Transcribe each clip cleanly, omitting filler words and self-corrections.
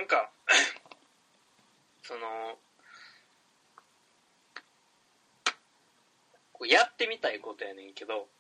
かそのこうやってみたいことやねんけど、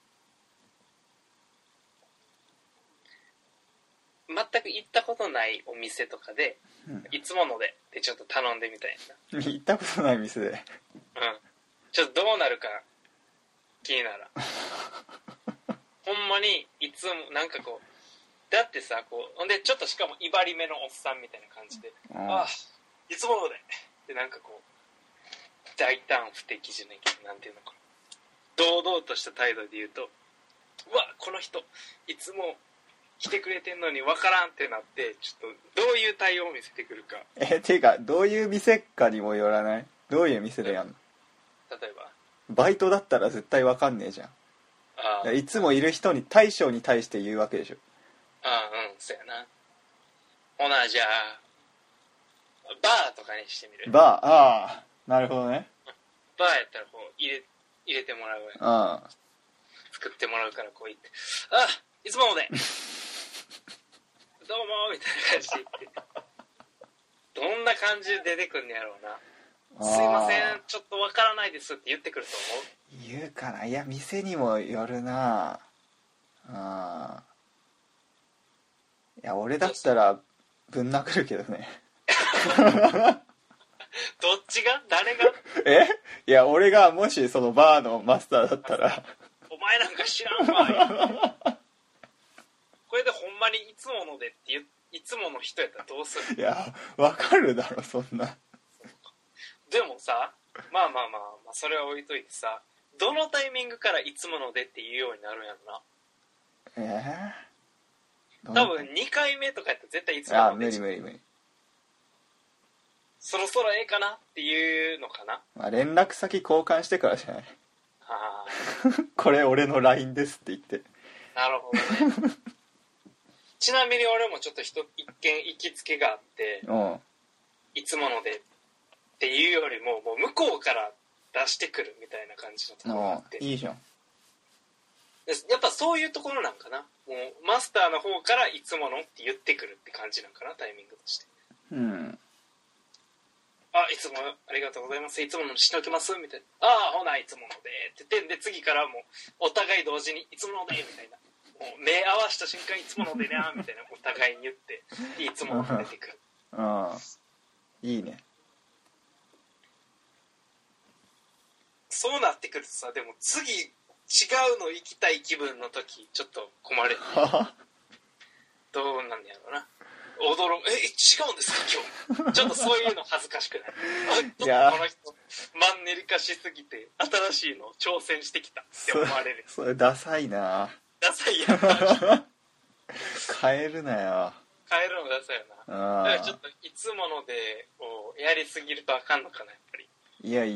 全く行ったことないお店とかで、いつものでってちょっと頼んでみたいな。行ったことない店で。 ちょっとどうなるか気にならほんまにいつもなんかこうだってさこうほんでちょっとしかも威張り目のおっさんみたいな感じで、ああいつものででなんかこう大胆不敵じゃないけどなんていうのか堂々とした態度で言うと、うわこの人いつも来てくれてんのに分からんってなってちょっとどういう対応を見せてくるか。 ていうかどういう店かにもよらない？どういう店でやんの？ 例えばバイトだったら絶対分かんねえじゃん。いつもいる人に大将に対して言うわけでしょ。 そうやな。ほなじゃあバーとかにしてみる。 バー、なるほどね。 バーやったらこう入れてもらうやん。作ってもらうからこう言って、いつものでどうもみたいな感じで言ってどんな感じで出てくんねやろうな。すいませんちょっとわからないですって言ってくると思う？ 言うかな。いや店にもよるな。いや俺だったらぶん殴るけどねどっちが誰が？ いや俺がもしそのバーのマスターだったらお前なんか知らんわこれでほんまにいつものでっていつもの人やったらどうする？ いやわかるだろそんな。 でもさまあそれは置いといてさ、どのタイミングからいつものでって言うようになるんやろな。多分2回目とかやったら絶対いつもので。 無理。 そろそろええかなっていうのかな。 連絡先交換してからじゃないこれ俺の LINE ですって言って。 なるほどねちなみに俺もちょっと一見行きつけがあって、いつものでっていうよりももう向こうから出してくるみたいな感じのところがあって、 いいじゃん。 やっぱそういうところなんかな。もうマスターの方からいつものって言ってくるって感じなんかな、タイミングとして。いつもありがとうございます、いつものしときますみたいな。ほないつものでって言って、で次からもうお互い同時にいつものでみたいな、もう目合わせた瞬間いつものでなみたいなお互いに言っていつもの出てくるいいね。 そうなってくるとさ、でも次違うの行きたい気分の時ちょっと困るどうなんやろうな。違うんですか今日ちょっとそういうの恥ずかしくないちょっとこの人マンネリ化しすぎて新しいのを挑戦してきたって思われる。 それダサいな。 ダサいやん変えるなよ。 変えるのダサいよな。だからちょっといつものでをやりすぎるとあかんのかなやっぱり。 いや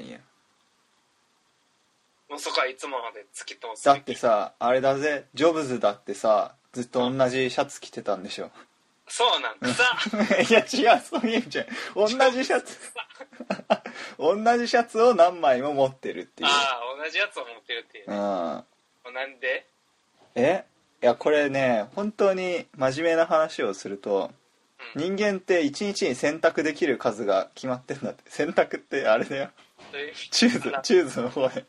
もうそこはいつもので突き通す。 だってさあれだぜ、ジョブズだってさずっと同じシャツ着てたんでしょ。 そうなんださいや違う、そういう意味じゃない。同じシャツ同じシャツを何枚も持ってるっていう。 同じやつを持ってるっていう、ね、なんで？ いやこれね本当に真面目な話をすると、人間って1日に選択できる数が決まってんだって。選択ってあれだよ、チューズの方で。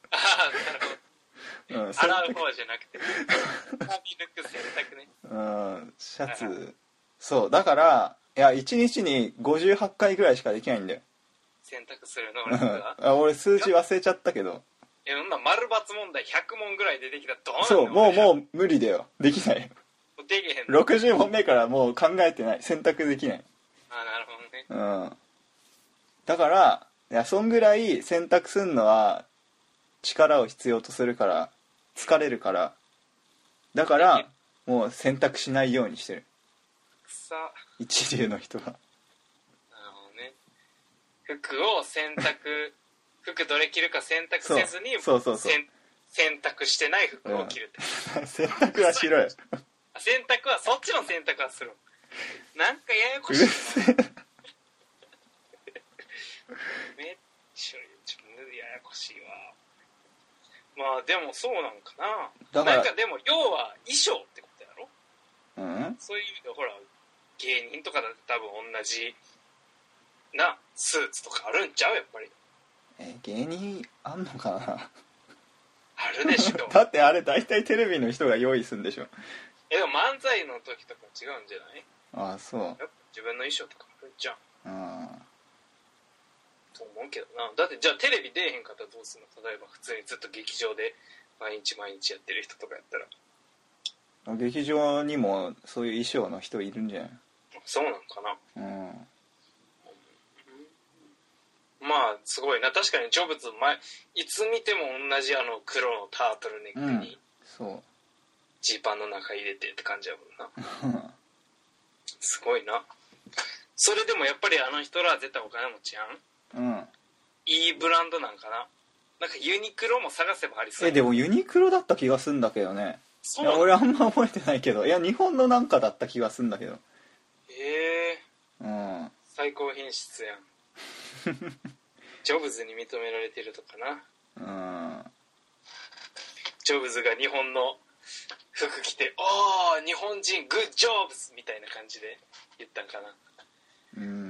なるほど、洗う方じゃなくて見抜く選択ね。 シャツそうだから、いや1日に58回ぐらいしかできないんだよ、 選択するの。 俺数字忘れちゃったけど、 丸×問題100問ぐらい出てきたらどうなの？ そうもう無理だよ、できないよ。 できへんの。 60問目からもう考えてない、選択できない。 なるほどね。 だからいやそんぐらい選択するのは力を必要とするから、疲れるから、だからもう選択しないようにしてる、一流の人は。なるほどね。服を選択服どれ着るか選択せずにそう選択してない服を着るって、 選択はしろよ選択はそっちの選択はする。なんかややこしいめっちゃややこしいわ。まあでもそうなんかな。なんかでも要は衣装ってことやろ。そういう意味でほら芸人とかだと多分同じなスーツとかあるんちゃう？やっぱり芸人あんのかなあるでしょだってあれ大体テレビの人が用意するんでしょ。 でも漫才の時とか違うんじゃない？ ああ、そう。 やっぱ自分の衣装とかあるんじゃんあと思うけどな。だってじゃあテレビ出えへんかったらどうするの？例えば普通にずっと劇場で毎日毎日やってる人とかやったら。 あ、劇場にもそういう衣装の人いるんじゃない？ そうなんかな。まあすごいな。確かにジョブズいつ見ても同じ黒のタートルネックにそうジーパンの中入れてって感じやもんなすごいな。それでもやっぱりあの人らは絶対お金持ちやん。いいブランドなんかな。なんかユニクロも探せばありそう。 でもユニクロだった気がすんだけどね。 そういや俺あんま覚えてないけど、いや日本のなんかだった気がすんだけど。 最高品質やんジョブズに認められてるとかな。ジョブズが日本の服着て、おー日本人グッジョブズみたいな感じで言ったんかな。